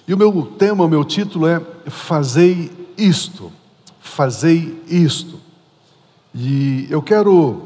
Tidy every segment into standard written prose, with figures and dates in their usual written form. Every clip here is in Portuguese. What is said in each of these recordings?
E o meu tema, o meu título é Fazei Isto. Fazei Isto. E eu quero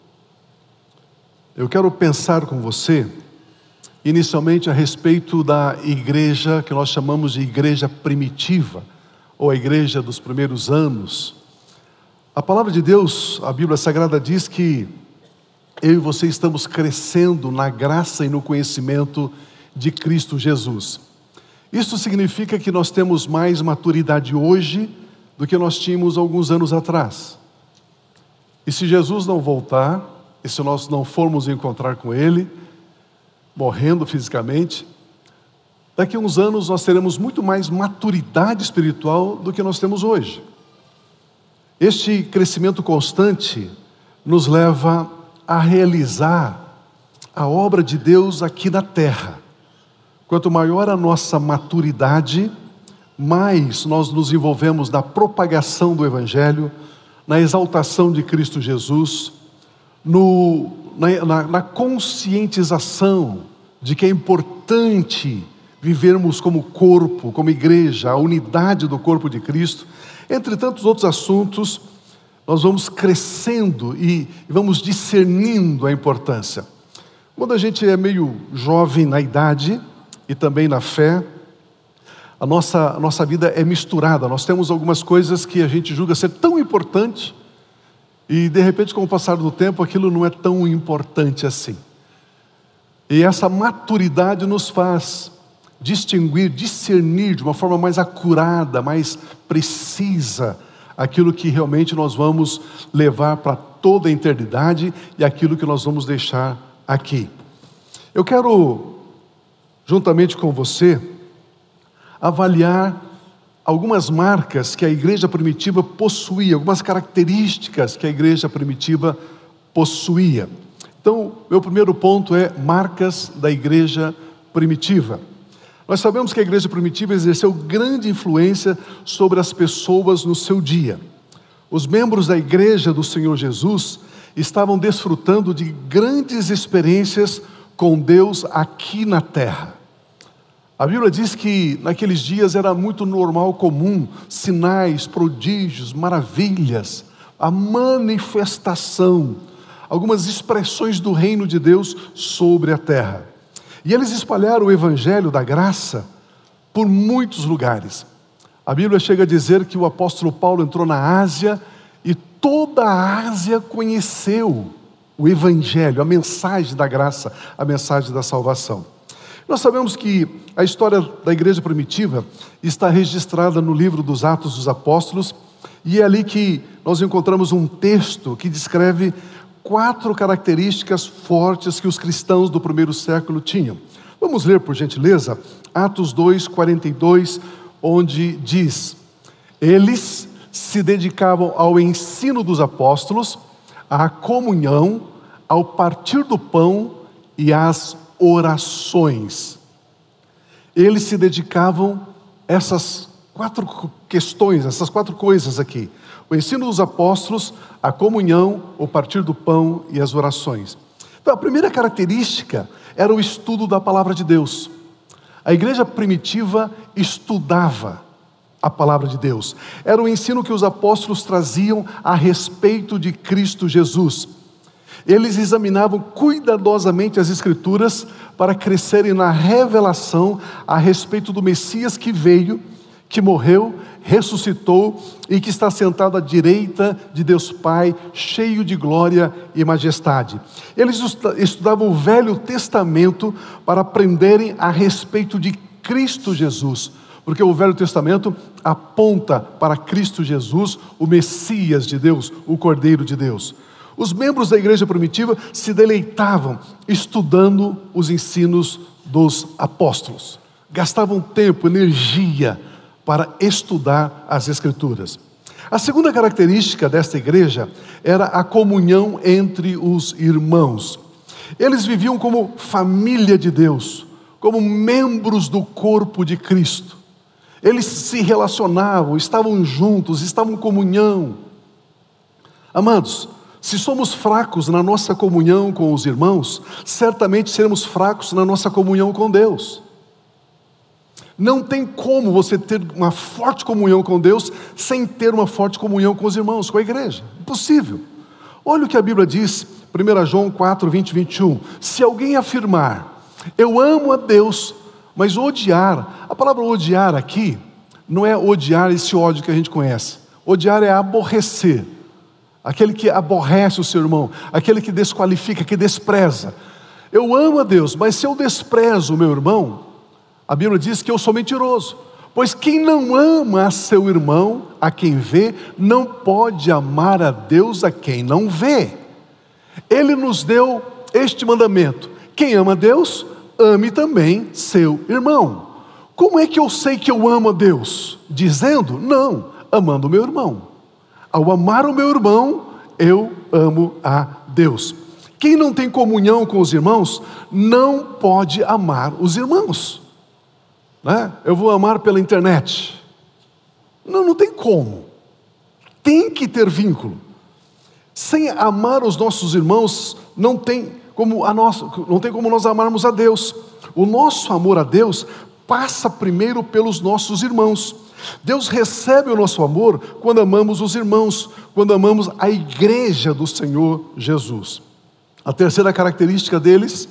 pensar com você, inicialmente a respeito da igreja que nós chamamos de igreja primitiva, ou a igreja dos primeiros anos. A palavra de Deus, a Bíblia Sagrada diz que eu e você estamos crescendo na graça e no conhecimento de Cristo Jesus. Isso significa que nós temos mais maturidade hoje do que nós tínhamos alguns anos atrás. E se Jesus não voltar, e se nós não formos encontrar com Ele, morrendo fisicamente, daqui a uns anos nós teremos muito mais maturidade espiritual do que nós temos hoje. Este crescimento constante nos leva a realizar a obra de Deus aqui na terra. Quanto maior a nossa maturidade, mais nós nos envolvemos na propagação do Evangelho, na exaltação de Cristo Jesus, na conscientização de que é importante vivermos como corpo, como igreja, a unidade do corpo de Cristo. Entre tantos outros assuntos, nós vamos crescendo e vamos discernindo a importância. Quando a gente é meio jovem na idade e também na fé, a nossa vida é misturada. Nós temos algumas coisas que a gente julga ser tão importante e de repente, com o passar do tempo, aquilo não é tão importante assim. E essa maturidade nos faz distinguir, discernir de uma forma mais acurada, mais precisa, aquilo que realmente nós vamos levar para toda a eternidade e aquilo que nós vamos deixar aqui. Eu quero, juntamente com você, avaliar algumas marcas que a igreja primitiva possuía, algumas características que a igreja primitiva possuía. Então, meu primeiro ponto é marcas da igreja primitiva. Nós sabemos que a igreja primitiva exerceu grande influência sobre as pessoas no seu dia. Os membros da igreja do Senhor Jesus estavam desfrutando de grandes experiências com Deus aqui na terra. A Bíblia diz que naqueles dias era muito normal, comum, sinais, prodígios, maravilhas, a manifestação, algumas expressões do reino de Deus sobre a terra. E eles espalharam o evangelho da graça por muitos lugares. A Bíblia chega a dizer que o apóstolo Paulo entrou na Ásia e toda a Ásia conheceu o evangelho, a mensagem da graça, a mensagem da salvação. Nós sabemos que a história da igreja primitiva está registrada no livro dos Atos dos Apóstolos, e é ali que nós encontramos um texto que descreve 4 características fortes que os cristãos do primeiro século tinham. Vamos ler, por gentileza, Atos 2:42, onde diz: eles se dedicavam ao ensino dos apóstolos, à comunhão, ao partir do pão e às orações. Eles se dedicavam a essas 4 questões, essas 4 coisas aqui: o ensino dos apóstolos, a comunhão, o partir do pão e as orações. Então, a primeira característica era o estudo da palavra de Deus. A igreja primitiva estudava a palavra de Deus. Era o ensino que os apóstolos traziam a respeito de Cristo Jesus. Eles examinavam cuidadosamente as Escrituras para crescerem na revelação a respeito do Messias que veio, que morreu, ressuscitou e que está sentado à direita de Deus Pai, cheio de glória e majestade. Eles estudavam o Velho Testamento para aprenderem a respeito de Cristo Jesus, porque o Velho Testamento aponta para Cristo Jesus, o Messias de Deus, o Cordeiro de Deus. Os membros da igreja primitiva se deleitavam estudando os ensinos dos apóstolos. Gastavam tempo, energia para estudar as Escrituras. A segunda característica desta igreja era a comunhão entre os irmãos. Eles viviam como família de Deus, como membros do corpo de Cristo. Eles se relacionavam, estavam juntos, estavam em comunhão. Amados, se somos fracos na nossa comunhão com os irmãos, certamente seremos fracos na nossa comunhão com Deus. Não tem como você ter uma forte comunhão com Deus sem ter uma forte comunhão com os irmãos, com a igreja. Impossível. Olha o que a Bíblia diz, 1 João 4, 20 e 21. Se alguém afirmar, eu amo a Deus, mas odiar, a palavra odiar aqui, não é odiar esse ódio que a gente conhece. Odiar é aborrecer. Aquele que aborrece o seu irmão, aquele que desqualifica, que despreza. Eu amo a Deus, mas se eu desprezo o meu irmão, a Bíblia diz que eu sou mentiroso. Pois quem não ama a seu irmão, a quem vê, não pode amar a Deus a quem não vê. Ele nos deu este mandamento: quem ama a Deus, ame também seu irmão. Como é que eu sei que eu amo a Deus? Dizendo? Não, amando o meu irmão. Ao amar o meu irmão, eu amo a Deus. Quem não tem comunhão com os irmãos, não pode amar os irmãos. Né? Eu vou amar pela internet. Não tem como. Tem que ter vínculo. Sem amar os nossos irmãos, não tem como nós amarmos a Deus. O nosso amor a Deus passa primeiro pelos nossos irmãos. Deus recebe o nosso amor quando amamos os irmãos, quando amamos a igreja do Senhor Jesus. A terceira característica deles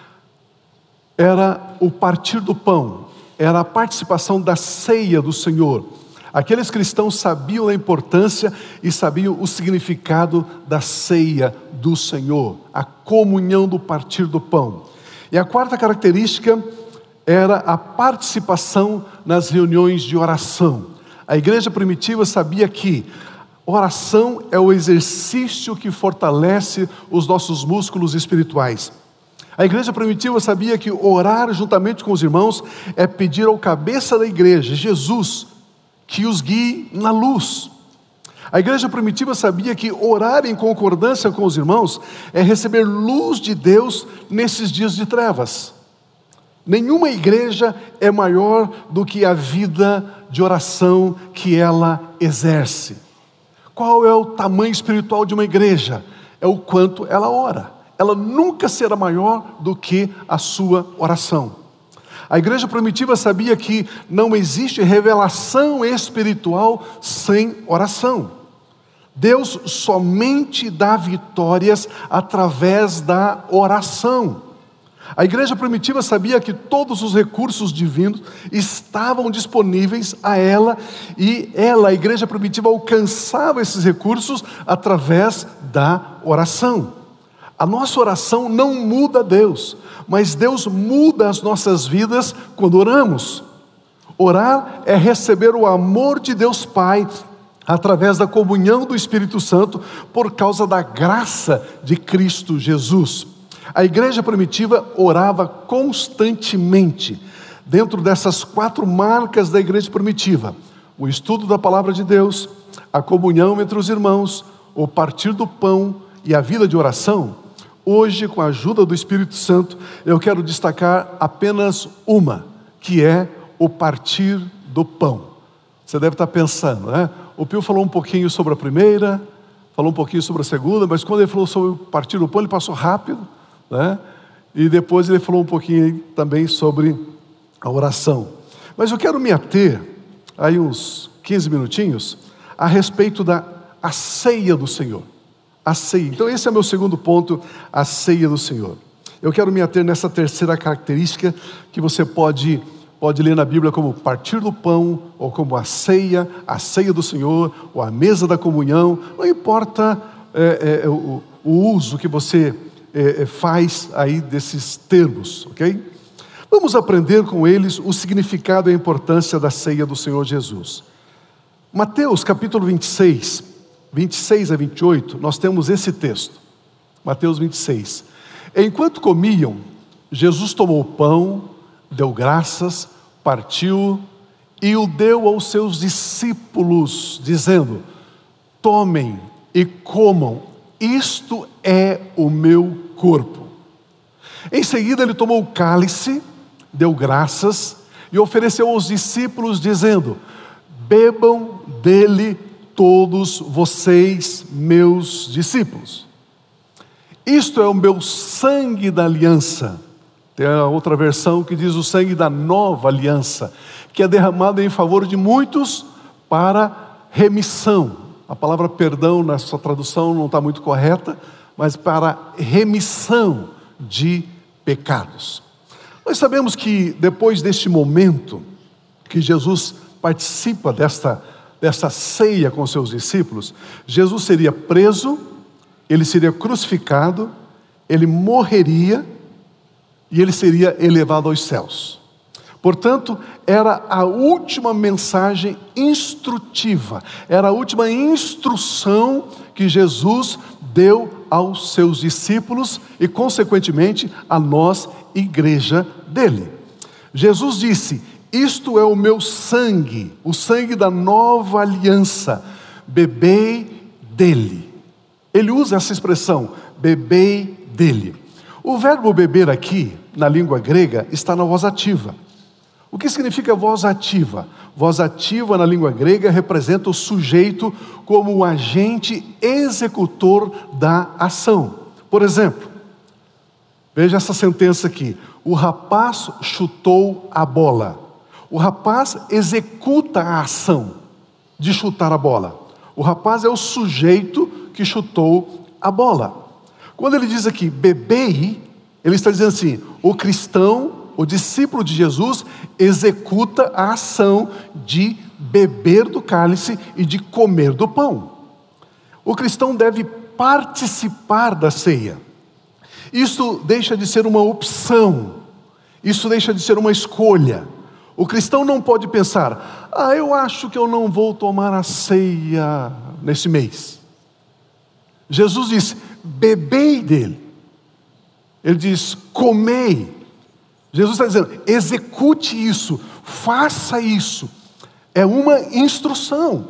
era o partir do pão, era a participação da ceia do Senhor. Aqueles cristãos sabiam a importância e sabiam o significado da ceia do Senhor, a comunhão do partir do pão. E a quarta característica era a participação nas reuniões de oração. A igreja primitiva sabia que oração é o exercício que fortalece os nossos músculos espirituais. A igreja primitiva sabia que orar juntamente com os irmãos é pedir ao cabeça da igreja, Jesus, que os guie na luz. A igreja primitiva sabia que orar em concordância com os irmãos é receber luz de Deus nesses dias de trevas. Nenhuma igreja é maior do que a vida de oração que ela exerce. Qual é o tamanho espiritual de uma igreja? É o quanto ela ora. Ela nunca será maior do que a sua oração. A igreja primitiva sabia que não existe revelação espiritual sem oração. Deus somente dá vitórias através da oração. A igreja primitiva sabia que todos os recursos divinos estavam disponíveis a ela, e ela, a igreja primitiva, alcançava esses recursos através da oração. A nossa oração não muda Deus, mas Deus muda as nossas vidas quando oramos. Orar é receber o amor de Deus Pai através da comunhão do Espírito Santo por causa da graça de Cristo Jesus. A igreja primitiva orava constantemente. Dentro dessas 4 marcas da igreja primitiva: o estudo da palavra de Deus, a comunhão entre os irmãos, o partir do pão e a vida de oração. Hoje, com a ajuda do Espírito Santo, eu quero destacar apenas uma, que é o partir do pão. Você deve estar pensando, né? O Pio falou um pouquinho sobre a primeira, falou um pouquinho sobre a segunda, mas quando ele falou sobre o partir do pão, ele passou rápido, né? E depois ele falou um pouquinho também sobre a oração. Mas eu quero me ater, aí uns 15 minutinhos, a respeito da ceia do Senhor. A ceia. Então esse é meu segundo ponto, a ceia do Senhor. Eu quero me ater nessa terceira característica que você pode ler na Bíblia como partir do pão, ou como a ceia do Senhor, ou a mesa da comunhão. Não importa o uso que você faz aí desses termos, ok? Vamos aprender com eles o significado e a importância da ceia do Senhor Jesus. Mateus capítulo 26 a 28, nós temos esse texto. Mateus 26. Enquanto comiam, Jesus tomou o pão, deu graças, partiu e o deu aos seus discípulos, dizendo: tomem e comam, isto é o meu corpo. Em seguida ele tomou o cálice, deu graças e ofereceu aos discípulos, dizendo: bebam dele todos vocês, meus discípulos. Isto é o meu sangue da aliança, Tem a outra versão que diz o sangue da nova aliança, que é derramado em favor de muitos para remissão. A palavra perdão na sua tradução não está muito correta, mas para remissão de pecados. Nós sabemos que depois deste momento que Jesus participa desta ceia com seus discípulos, Jesus seria preso, ele seria crucificado, ele morreria e ele seria elevado aos céus. Portanto, era a última mensagem instrutiva, era a última instrução que Jesus deu aos seus discípulos e, consequentemente, a nós, igreja dele. Jesus disse: isto é o meu sangue, o sangue da nova aliança, bebei dele. Ele usa essa expressão, bebei dele. O verbo beber aqui, na língua grega, está na voz ativa. O que significa voz ativa? Voz ativa na língua grega representa o sujeito como o agente executor da ação. Por exemplo, veja essa sentença aqui: o rapaz chutou a bola. O rapaz executa a ação de chutar a bola. O rapaz é o sujeito que chutou a bola. Quando ele diz aqui, bebei, ele está dizendo assim, o cristão, o discípulo de Jesus, executa a ação de beber do cálice e de comer do pão. O cristão deve participar da ceia. Isso deixa de ser uma opção, isso deixa de ser uma escolha. O cristão não pode pensar, eu acho que eu não vou tomar a ceia nesse mês. Jesus diz, bebei dele. Ele diz, comei. Jesus está dizendo, execute isso, faça isso. É uma instrução.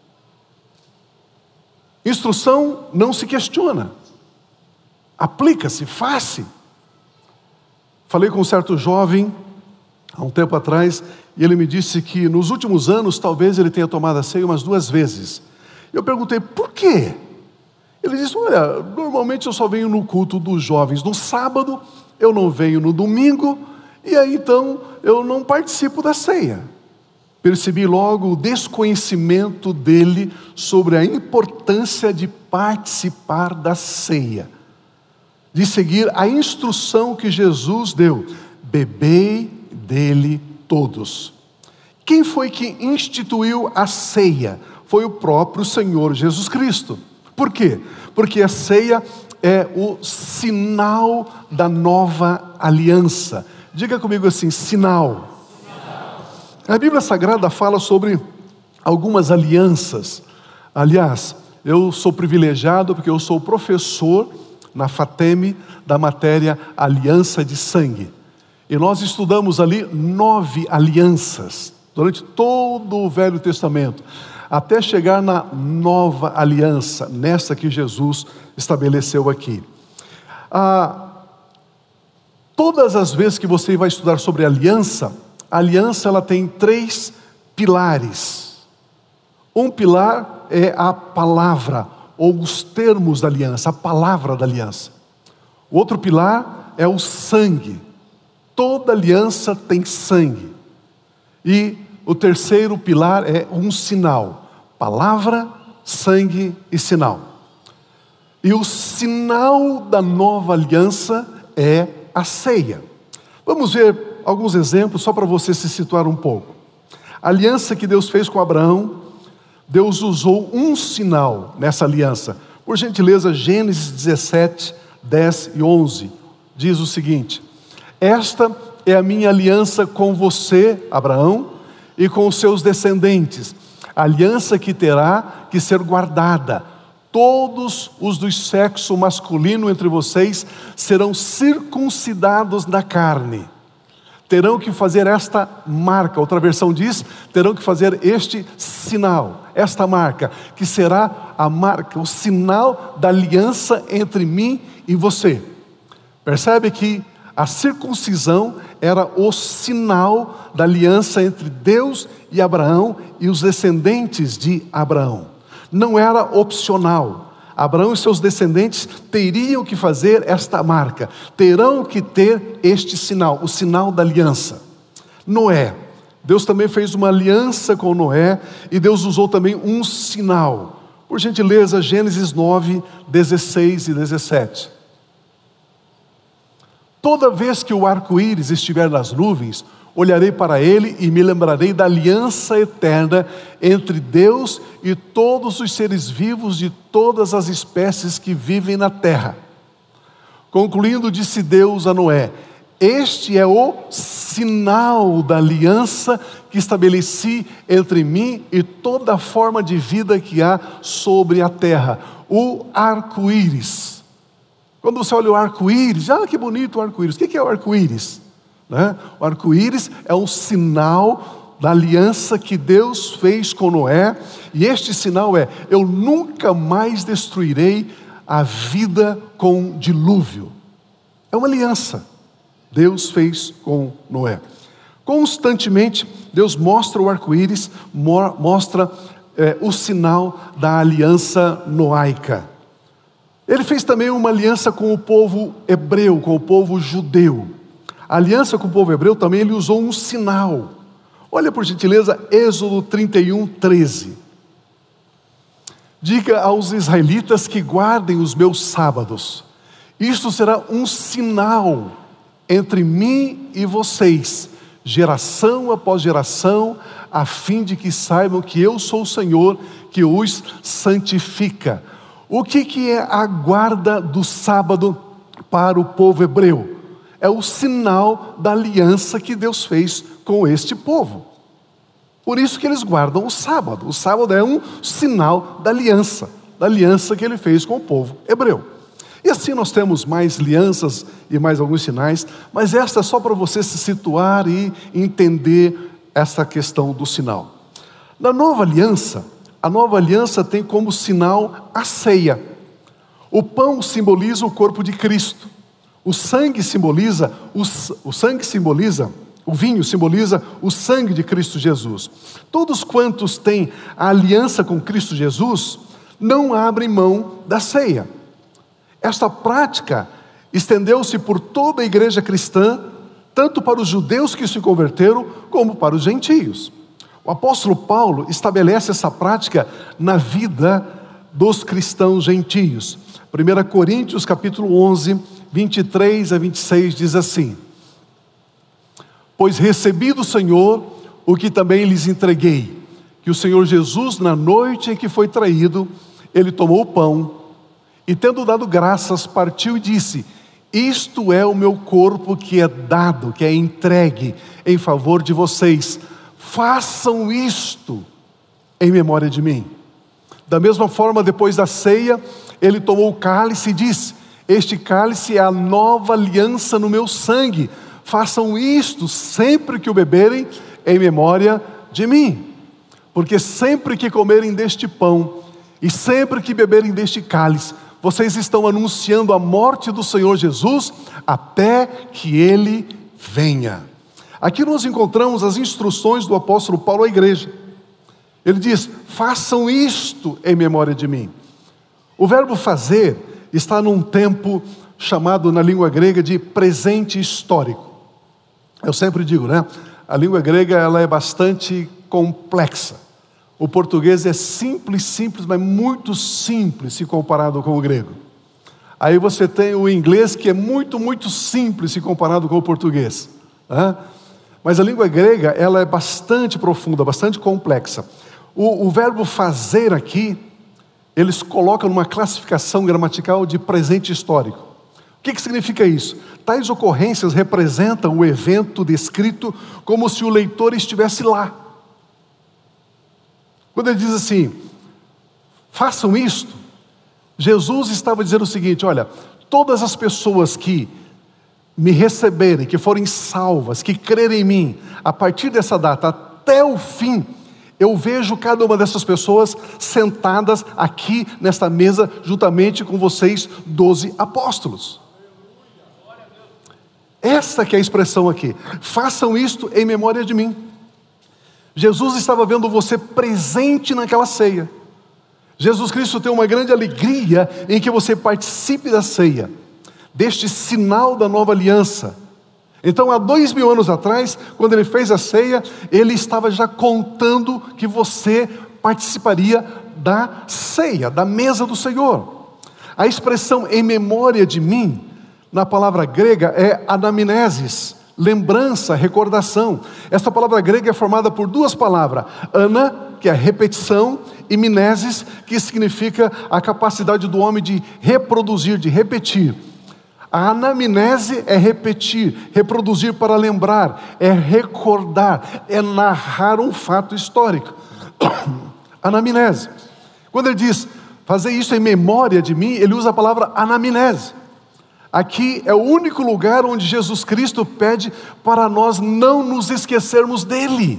Instrução não se questiona. Aplica-se, faça. Falei com um certo jovem, há um tempo atrás, e ele me disse que nos últimos anos, talvez ele tenha tomado a ceia umas 2 vezes. Eu perguntei, por quê? Ele disse, olha, normalmente eu só venho no culto dos jovens no sábado, eu não venho no domingo, e aí então eu não participo da ceia. Percebi logo o desconhecimento dele sobre a importância de participar da ceia, de seguir a instrução que Jesus deu, bebei dele todos. Quem foi que instituiu a ceia? Foi o próprio Senhor Jesus Cristo. Por quê? Porque a ceia é o sinal da nova aliança. Diga comigo assim, sinal. A Bíblia Sagrada fala sobre algumas alianças. Aliás, eu sou privilegiado porque eu sou professor na FATEM da matéria Aliança de Sangue. E nós estudamos ali 9 alianças durante todo o Velho Testamento, até chegar na nova aliança, nessa que Jesus estabeleceu aqui. Todas as vezes que você vai estudar sobre aliança, a aliança ela tem 3 pilares. Um pilar é a palavra, ou os termos da aliança, a palavra da aliança. O outro pilar é o sangue. Toda aliança tem sangue. E o terceiro pilar é um sinal. Palavra, sangue e sinal. E o sinal da nova aliança é a ceia. Vamos ver alguns exemplos só para você se situar um pouco. A aliança que Deus fez com Abraão, Deus usou um sinal nessa aliança. Por gentileza, Gênesis 17, 10 e 11 diz o seguinte: esta é a minha aliança com você, Abraão, e com os seus descendentes, aliança que terá que ser guardada. Todos os do sexo masculino entre vocês serão circuncidados na carne. Terão que fazer esta marca, outra versão diz, terão que fazer este sinal, esta marca, que será a marca, o sinal da aliança entre mim e você. Percebe que a circuncisão era o sinal da aliança entre Deus e Abraão e os descendentes de Abraão. Não era opcional. Abraão e seus descendentes teriam que fazer esta marca, terão que ter este sinal, o sinal da aliança. Noé, Deus também fez uma aliança com Noé e Deus usou também um sinal. Por gentileza, Gênesis 9, 16 e 17. Toda vez que o arco-íris estiver nas nuvens, olharei para ele e me lembrarei da aliança eterna entre Deus e todos os seres vivos de todas as espécies que vivem na terra. Concluindo, disse Deus a Noé: este é o sinal da aliança que estabeleci entre mim e toda a forma de vida que há sobre a terra, o arco-íris. Quando você olha o arco-íris, que bonito o arco-íris. O que é o arco-íris? O arco-íris é um sinal da aliança que Deus fez com Noé, e este sinal é: eu nunca mais destruirei a vida com dilúvio. É uma aliança. Deus fez com Noé. Constantemente, Deus mostra o arco-íris, mostra o sinal da aliança noaica. Ele fez também uma aliança com o povo hebreu, com o povo judeu. A aliança com o povo hebreu também ele usou um sinal. Olha por gentileza, Êxodo 31, 13. Diga aos israelitas que guardem os meus sábados. Isto será um sinal entre mim e vocês, geração após geração, a fim de que saibam que eu sou o Senhor, que os santifica. O que é a guarda do sábado para o povo hebreu? É o sinal da aliança que Deus fez com este povo. Por isso que eles guardam o sábado. O sábado é um sinal da aliança que ele fez com o povo hebreu. E assim nós temos mais alianças e mais alguns sinais, mas esta é só para você se situar e entender essa questão do sinal. Na nova aliança, a nova aliança tem como sinal a ceia. O pão simboliza o corpo de Cristo. O vinho simboliza o sangue de Cristo Jesus. Todos quantos têm a aliança com Cristo Jesus não abrem mão da ceia. Esta prática estendeu-se por toda a igreja cristã, tanto para os judeus que se converteram, como para os gentios. O apóstolo Paulo estabelece essa prática na vida dos cristãos gentios. 1 Coríntios capítulo 11, 23 a 26 diz assim: pois recebi do Senhor o que também lhes entreguei, que o Senhor Jesus, na noite em que foi traído, ele tomou o pão e, tendo dado graças, partiu e disse: isto é o meu corpo que é dado, que é entregue em favor de vocês. Façam isto em memória de mim. Da mesma forma, depois da ceia, ele tomou o cálice e disse: este cálice é a nova aliança no meu sangue. Façam isto sempre que o beberem em memória de mim. Porque sempre que comerem deste pão e sempre que beberem deste cálice, vocês estão anunciando a morte do Senhor Jesus até que Ele venha. Aqui nós encontramos as instruções do apóstolo Paulo à igreja. Ele diz: façam isto em memória de mim. O verbo fazer está num tempo chamado na língua grega de presente histórico. Eu sempre digo, a língua grega ela é bastante complexa. O português é simples, mas muito simples se comparado com o grego. Aí você tem o inglês que é muito simples se comparado com o português. Mas a língua grega ela é bastante profunda, bastante complexa. O verbo fazer aqui, eles colocam numa classificação gramatical de presente histórico. O que significa isso? Tais ocorrências representam o evento descrito como se o leitor estivesse lá. Quando ele diz assim, façam isto, Jesus estava dizendo o seguinte: olha, todas as pessoas que me receberem, que forem salvas, que crerem em mim, a partir dessa data até o fim, eu vejo cada uma dessas pessoas sentadas aqui nesta mesa, juntamente com vocês, 12 apóstolos. Essa que é a expressão aqui. Façam isto em memória de mim. Jesus estava vendo você presente naquela ceia. Jesus Cristo tem uma grande alegria em que você participe da ceia, deste sinal da nova aliança. Então, há 2000 anos atrás, quando ele fez a ceia, ele estava já contando que você participaria da ceia, da mesa do Senhor. A expressão "em memória de mim", na palavra grega, é anamnesis, lembrança, recordação. Essa palavra grega é formada por duas palavras: ana, que é repetição, e mnesis, que significa a capacidade do homem de reproduzir, de repetir. A anamnese é repetir, reproduzir para lembrar, é recordar, é narrar um fato histórico. Anamnese. Quando ele diz fazer isso em memória de mim, ele usa a palavra anamnese. Aqui é o único lugar onde Jesus Cristo pede para nós não nos esquecermos dele.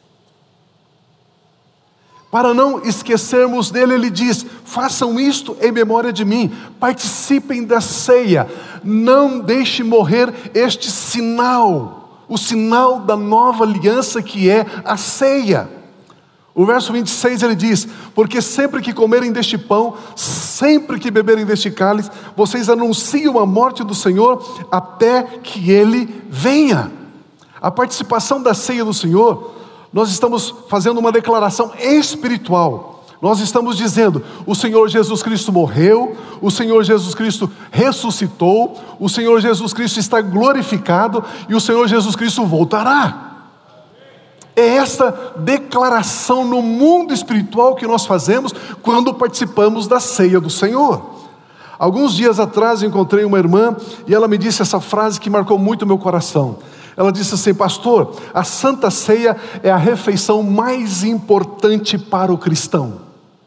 Para não esquecermos dele, ele diz: façam isto em memória de mim, participem da ceia, não deixe morrer este sinal, o sinal da nova aliança que é a ceia. O verso 26 ele diz: porque sempre que comerem deste pão, sempre que beberem deste cálice, vocês anunciam a morte do Senhor até que ele venha. A participação da ceia do Senhor, nós estamos fazendo uma declaração espiritual. Nós estamos dizendo: o Senhor Jesus Cristo morreu, o Senhor Jesus Cristo ressuscitou, o Senhor Jesus Cristo está glorificado e o Senhor Jesus Cristo voltará. É essa declaração no mundo espiritual que nós fazemos quando participamos da ceia do Senhor. Alguns dias atrás encontrei uma irmã e ela me disse essa frase que marcou muito o meu coração. Ela disse assim: pastor, a Santa Ceia é a refeição mais importante para o cristão.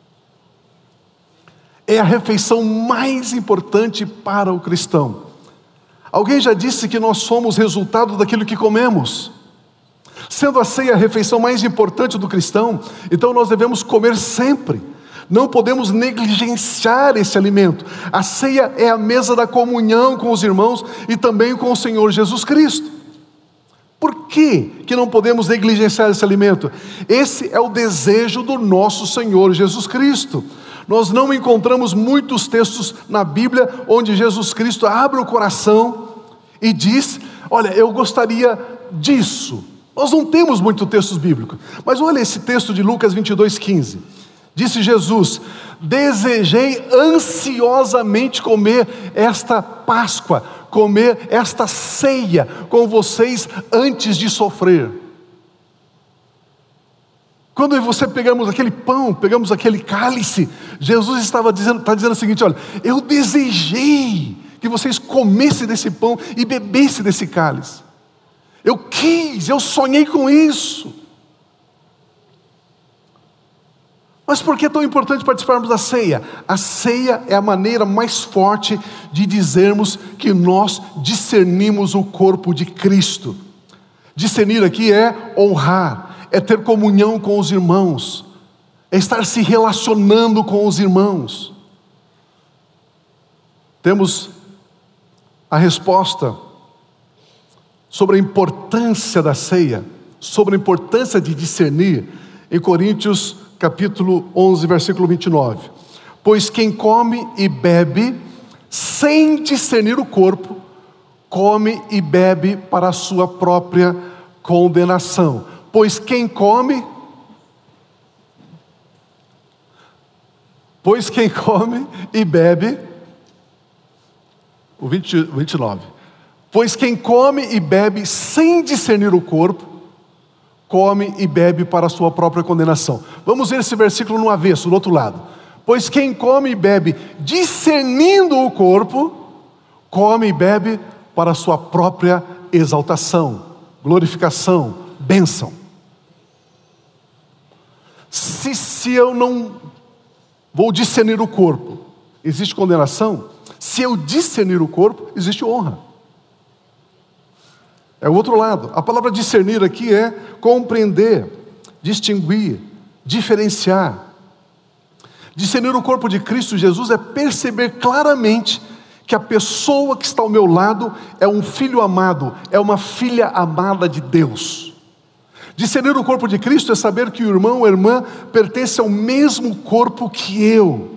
É a refeição mais importante para o cristão. Alguém já disse que nós somos resultado daquilo que comemos. Sendo a ceia a refeição mais importante do cristão, então nós devemos comer sempre. Não podemos negligenciar esse alimento. A ceia é a mesa da comunhão com os irmãos e também com o Senhor Jesus Cristo. Por que não podemos negligenciar esse alimento? Esse é o desejo do nosso Senhor Jesus Cristo. Nós não encontramos muitos textos na Bíblia onde Jesus Cristo abre o coração e diz: olha, eu gostaria disso. Nós não temos muitos textos bíblicos, mas olha esse texto de Lucas 22:15. Disse Jesus: desejei ansiosamente comer esta Páscoa, comer esta ceia com vocês antes de sofrer. Quando você pegamos aquele pão, pegamos aquele cálice, Jesus está dizendo o seguinte: olha, eu desejei que vocês comessem desse pão e bebessem desse cálice. Eu quis, eu sonhei com isso. Mas por que é tão importante participarmos da ceia? A ceia é a maneira mais forte de dizermos que nós discernimos o corpo de Cristo. Discernir aqui é honrar, é ter comunhão com os irmãos, é estar se relacionando com os irmãos. Temos a resposta sobre a importância da ceia, sobre a importância de discernir, em Coríntios capítulo 11, versículo 29. Pois quem come e bebe sem discernir o corpo, come e bebe para a sua própria condenação. Pois quem come e bebe, o 29. Pois quem come e bebe sem discernir o corpo, come e bebe para a sua própria condenação. Vamos ver esse versículo no avesso, do outro lado. Pois quem come e bebe discernindo o corpo, come e bebe para a sua própria exaltação, glorificação, bênção. Se eu não vou discernir o corpo, existe condenação. Se eu discernir o corpo, existe honra. É o outro lado. A palavra discernir aqui é compreender, distinguir, diferenciar. Discernir o corpo de Cristo Jesus é perceber claramente que a pessoa que está ao meu lado é um filho amado, é uma filha amada de Deus. Discernir o corpo de Cristo é saber que o irmão ou a irmã pertence ao mesmo corpo que eu.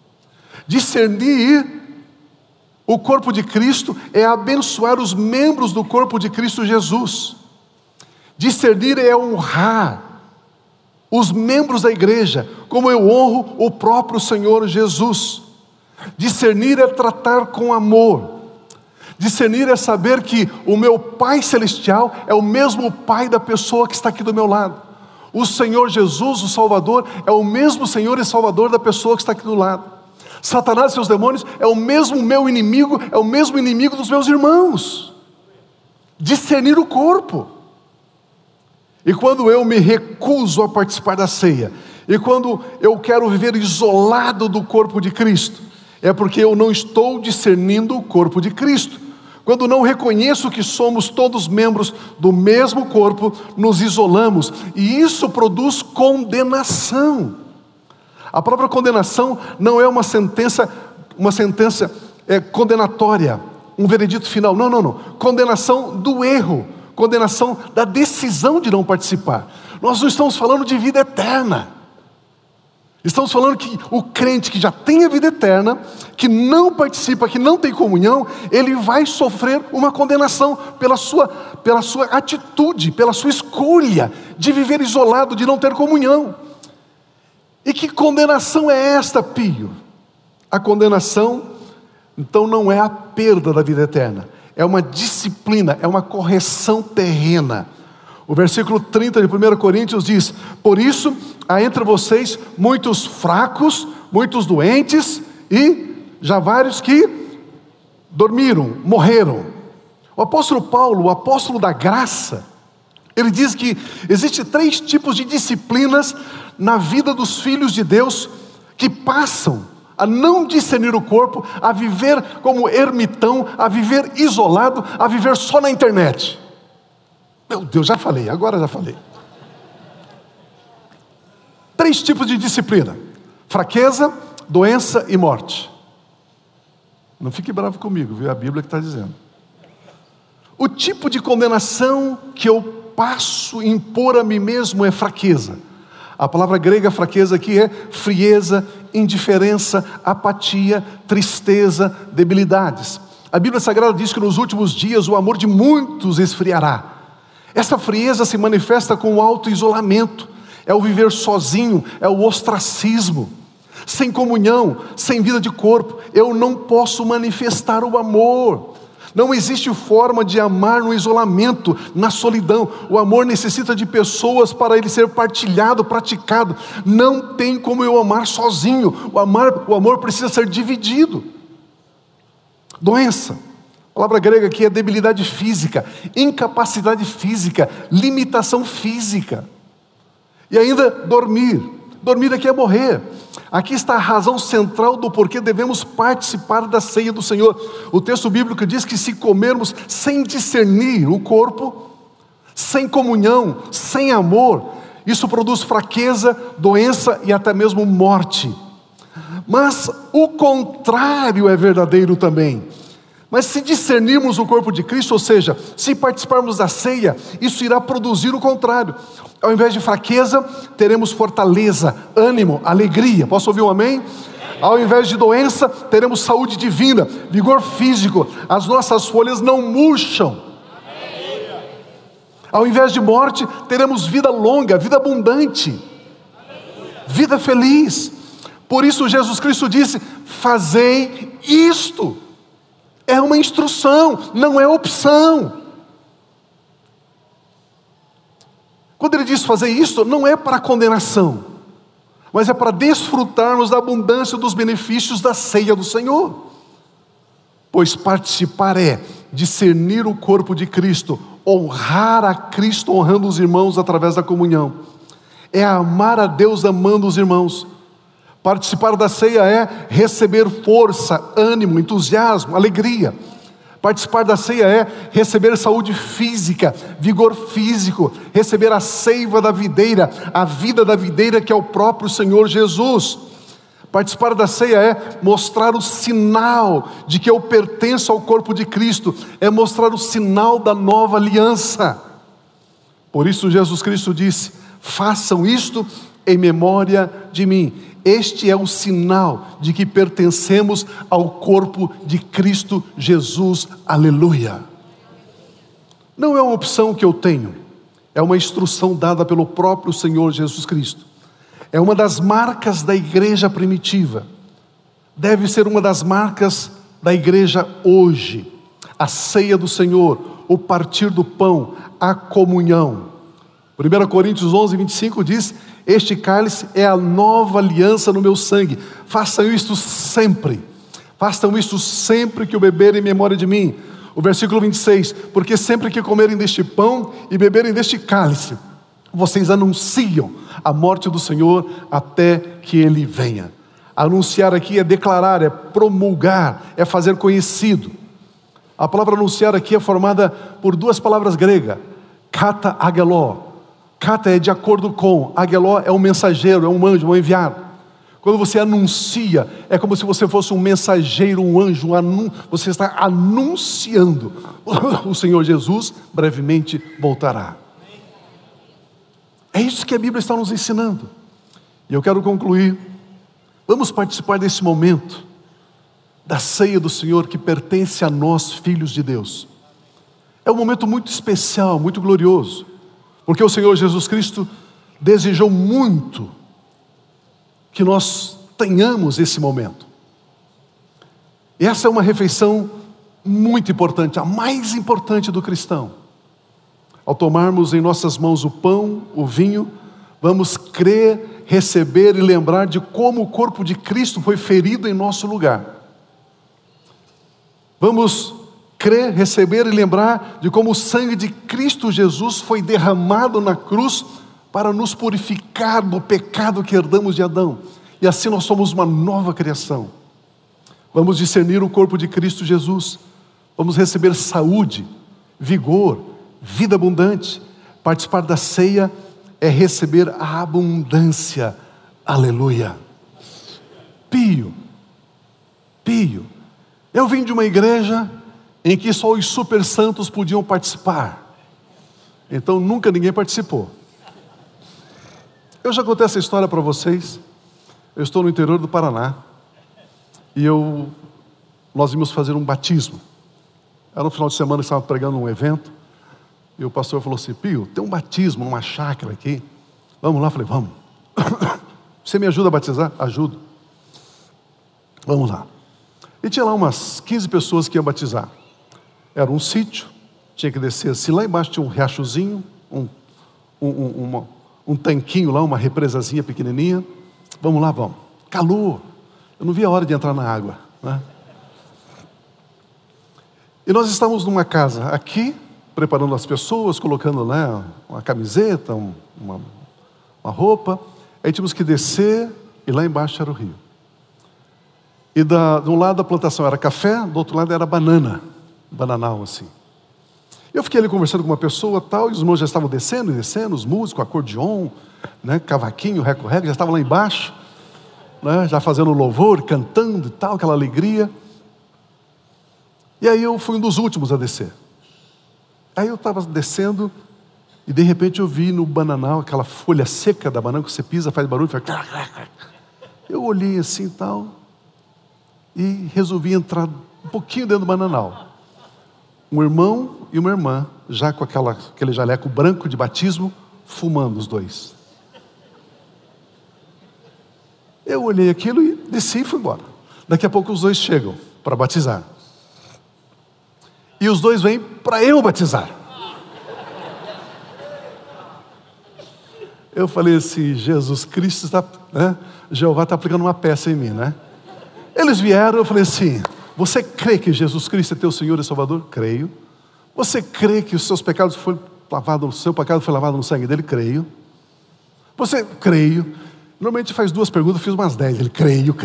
Discernir o corpo de Cristo é abençoar os membros do corpo de Cristo Jesus. Discernir é honrar os membros da igreja, como eu honro o próprio Senhor Jesus. Discernir é tratar com amor. Discernir é saber que o meu Pai Celestial é o mesmo Pai da pessoa que está aqui do meu lado. O Senhor Jesus, o Salvador, é o mesmo Senhor e Salvador da pessoa que está aqui do lado. Satanás e seus demônios é o mesmo meu inimigo, é o mesmo inimigo dos meus irmãos. Discernir o corpo. E quando eu me recuso a participar da ceia, e quando eu quero viver isolado do corpo de Cristo, é porque eu não estou discernindo o corpo de Cristo. Quando não reconheço que somos todos membros do mesmo corpo, nos isolamos, e isso produz condenação. A própria condenação não é uma sentença condenatória, um veredito final. Não. Condenação do erro, condenação da decisão de não participar. Nós não estamos falando de vida eterna. Estamos falando que o crente que já tem a vida eterna, que não participa, que não tem comunhão, ele vai sofrer uma condenação pela sua atitude, pela sua escolha de viver isolado, de não ter comunhão. E que condenação é esta, Pio? A condenação, então, não é a perda da vida eterna, é uma disciplina, é uma correção terrena. O versículo 30 de 1 Coríntios diz: por isso há entre vocês muitos fracos, muitos doentes e já vários que dormiram, morreram. O apóstolo Paulo, o apóstolo da graça, ele diz que existem 3 tipos de disciplinas na vida dos filhos de Deus que passam a não discernir o corpo, a viver como ermitão, a viver isolado, a viver só na internet. Meu Deus, agora já falei. 3 tipos de disciplina: fraqueza, doença e morte. Não fique bravo comigo, viu? É a Bíblia que está dizendo. O tipo de condenação que eu passo a impor a mim mesmo é fraqueza. A palavra grega fraqueza aqui é frieza, indiferença, apatia, tristeza, debilidades. A Bíblia Sagrada diz que nos últimos dias o amor de muitos esfriará. Essa frieza se manifesta com o auto-isolamento, é o viver sozinho, é o ostracismo, sem comunhão, sem vida de corpo. Eu não posso manifestar o amor. Não existe forma de amar no isolamento, na solidão. O amor necessita de pessoas para ele ser partilhado, praticado. Não tem como eu amar sozinho. O amor precisa ser dividido. Doença. A palavra grega aqui é debilidade física, incapacidade física, limitação física. E ainda dormir. Dormir aqui é morrer. Aqui está a razão central do porquê devemos participar da ceia do Senhor. O texto bíblico diz que se comermos sem discernir o corpo, sem comunhão, sem amor, isso produz fraqueza, doença e até mesmo morte. Mas o contrário é verdadeiro também. Mas se discernirmos o corpo de Cristo, ou seja, se participarmos da ceia, isso irá produzir o contrário. Ao invés de fraqueza, teremos fortaleza, ânimo, alegria. Posso ouvir um amém? Ao invés de doença, teremos saúde divina, vigor físico. As nossas folhas não murcham. Ao invés de morte, teremos vida longa, vida abundante, vida feliz. Por isso Jesus Cristo disse: fazei isto. É uma instrução, não é opção. Quando ele diz fazer isso, não é para condenação, mas é para desfrutarmos da abundância dos benefícios da ceia do Senhor. Pois participar é discernir o corpo de Cristo, honrar a Cristo honrando os irmãos através da comunhão. É amar a Deus amando os irmãos. Participar da ceia é receber força, ânimo, entusiasmo, alegria. Participar da ceia é receber saúde física, vigor físico, receber a seiva da videira, a vida da videira que é o próprio Senhor Jesus. Participar da ceia é mostrar o sinal de que eu pertenço ao corpo de Cristo, é mostrar o sinal da nova aliança. Por isso Jesus Cristo disse: façam isto em memória de mim. Este é o sinal de que pertencemos ao corpo de Cristo Jesus. Aleluia! Não é uma opção que eu tenho, é uma instrução dada pelo próprio Senhor Jesus Cristo. É uma das marcas da igreja primitiva. Deve ser uma das marcas da igreja hoje. A ceia do Senhor, o partir do pão, a comunhão. 1 Coríntios 11, 25 diz: este cálice é a nova aliança no meu sangue. Façam isto sempre. Façam isto sempre que o beberem em memória de mim. O versículo 26, porque sempre que comerem deste pão e beberem deste cálice, vocês anunciam a morte do Senhor até que Ele venha. Anunciar aqui é declarar, é promulgar, é fazer conhecido. A palavra anunciar aqui é formada por duas palavras gregas: kata, ageló. Kata é de acordo com, ageló é um mensageiro, é um anjo, um enviado. Quando você anuncia, é como se você fosse um mensageiro, um anjo, você está anunciando: o Senhor Jesus brevemente voltará. É isso que a Bíblia está nos ensinando. E eu quero concluir. Vamos participar desse momento da ceia do Senhor que pertence a nós, filhos de Deus. É um momento muito especial, muito glorioso, porque o Senhor Jesus Cristo desejou muito que nós tenhamos esse momento. E essa é uma refeição muito importante, a mais importante do cristão. Ao tomarmos em nossas mãos o pão, o vinho, vamos crer, receber e lembrar de como o corpo de Cristo foi ferido em nosso lugar. Vamos crer, receber e lembrar de como o sangue de Cristo Jesus foi derramado na cruz para nos purificar do pecado que herdamos de Adão. E assim nós somos uma nova criação. Vamos discernir o corpo de Cristo Jesus. Vamos receber saúde, vigor, vida abundante. Participar da ceia é receber a abundância. Aleluia. Pio. Eu vim de uma igreja em que só os super santos podiam participar. Então nunca ninguém participou. Eu já contei essa história para vocês. Eu estou no interior do Paraná e nós íamos fazer um batismo. Era no final de semana que estava pregando um evento. E o pastor falou assim: Pio, tem um batismo numa chácara aqui. Vamos lá? Eu falei: vamos. Você me ajuda a batizar? Ajudo. Vamos lá. E tinha lá umas 15 pessoas que iam batizar. Era um sítio, tinha que descer assim. Lá embaixo tinha um riachozinho, um tanquinho lá, uma represazinha pequenininha. Vamos lá, vamos. Calor. Eu não vi a hora de entrar na água, né? E nós estávamos numa casa aqui, preparando as pessoas, colocando, né, uma camiseta, uma roupa. Aí tínhamos que descer e lá embaixo era o rio. E de um lado da plantação era café, do outro lado era bananal assim. Eu fiquei ali conversando com uma pessoa tal, e os irmãos já estavam descendo, os músicos, acordeon, né, cavaquinho, reco-reco, já estavam lá embaixo, né, já fazendo louvor, cantando e tal, aquela alegria. E aí eu fui um dos últimos a descer. Aí eu estava descendo e de repente eu vi no bananal, aquela folha seca da banana que você pisa, faz barulho, faz... Eu olhei assim e tal, e resolvi entrar um pouquinho dentro do bananal. Um irmão e uma irmã, já com aquele jaleco branco de batismo, fumando os dois. Eu olhei aquilo e desci e fui embora. Daqui a pouco os dois chegam para batizar. E os dois vêm para eu batizar. Eu falei assim: Jesus Cristo está, né? Jeová está aplicando uma peça em mim, né? Eles vieram, eu falei assim: você crê que Jesus Cristo é teu Senhor e Salvador? Creio. Você crê que os seus pecados foram lavados, o seu pecado foi lavado no sangue dele? Creio. Você? Creio. Normalmente faz 2 perguntas, eu fiz umas 10. Ele: creio.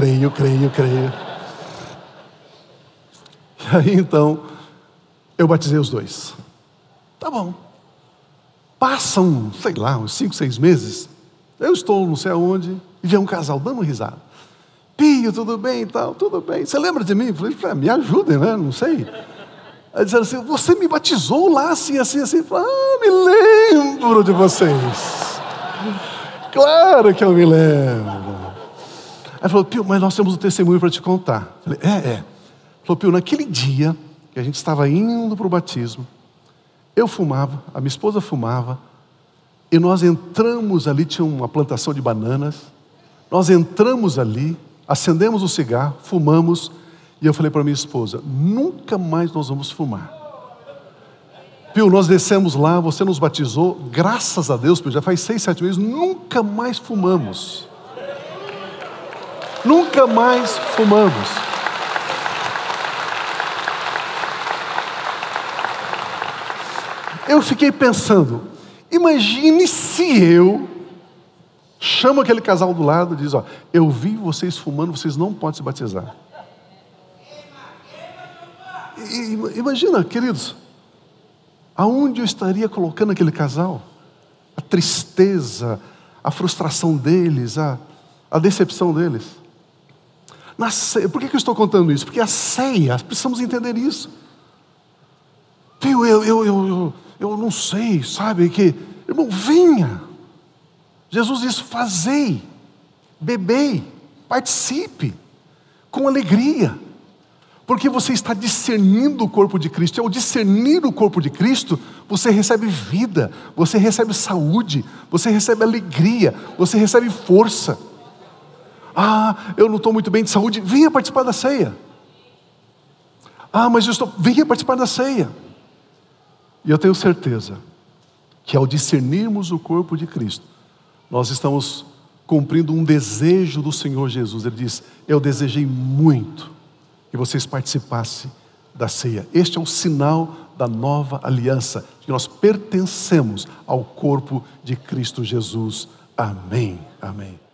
E aí então eu batizei os dois. Tá bom. Passam, sei lá, uns 5, 6 meses. Eu estou não sei aonde e vem um casal dando risada. Pio, tudo bem e tal? Tudo bem. Você lembra de mim? Eu falei: me ajudem, né? Não sei. Aí disseram assim: você me batizou lá assim, assim, assim. Eu falei: me lembro de vocês. Claro que eu me lembro. Aí falou: Pio, mas nós temos um testemunho para te contar. Eu falei: é. Falou: Pio, naquele dia que a gente estava indo para o batismo, eu fumava, a minha esposa fumava, e nós entramos ali, tinha uma plantação de bananas, nós entramos ali, acendemos o cigarro, fumamos, e eu falei para minha esposa: nunca mais nós vamos fumar. Pio, nós descemos lá, você nos batizou, graças a Deus, Pio, já faz 6, 7 meses, nunca mais fumamos. Nunca mais fumamos. Eu fiquei pensando, imagine se eu chamo aquele casal do lado e diz: ó, eu vi vocês fumando, vocês não podem se batizar. Imagina, queridos, aonde eu estaria colocando aquele casal? A tristeza, a frustração deles, a decepção deles. Na ceia, por que eu estou contando isso? Porque a ceia, precisamos entender isso. Eu não sei, sabe, que, irmão, venha. Jesus disse: fazei, bebei, participe, com alegria. Porque você está discernindo o corpo de Cristo. E ao discernir o corpo de Cristo, você recebe vida, você recebe saúde, você recebe alegria, você recebe força. Eu não estou muito bem de saúde, venha participar da ceia. Mas venha participar da ceia. E eu tenho certeza que ao discernirmos o corpo de Cristo, nós estamos cumprindo um desejo do Senhor Jesus. Ele diz: eu desejei muito que vocês participassem da ceia. Este é o sinal da nova aliança, que nós pertencemos ao corpo de Cristo Jesus. Amém, amém.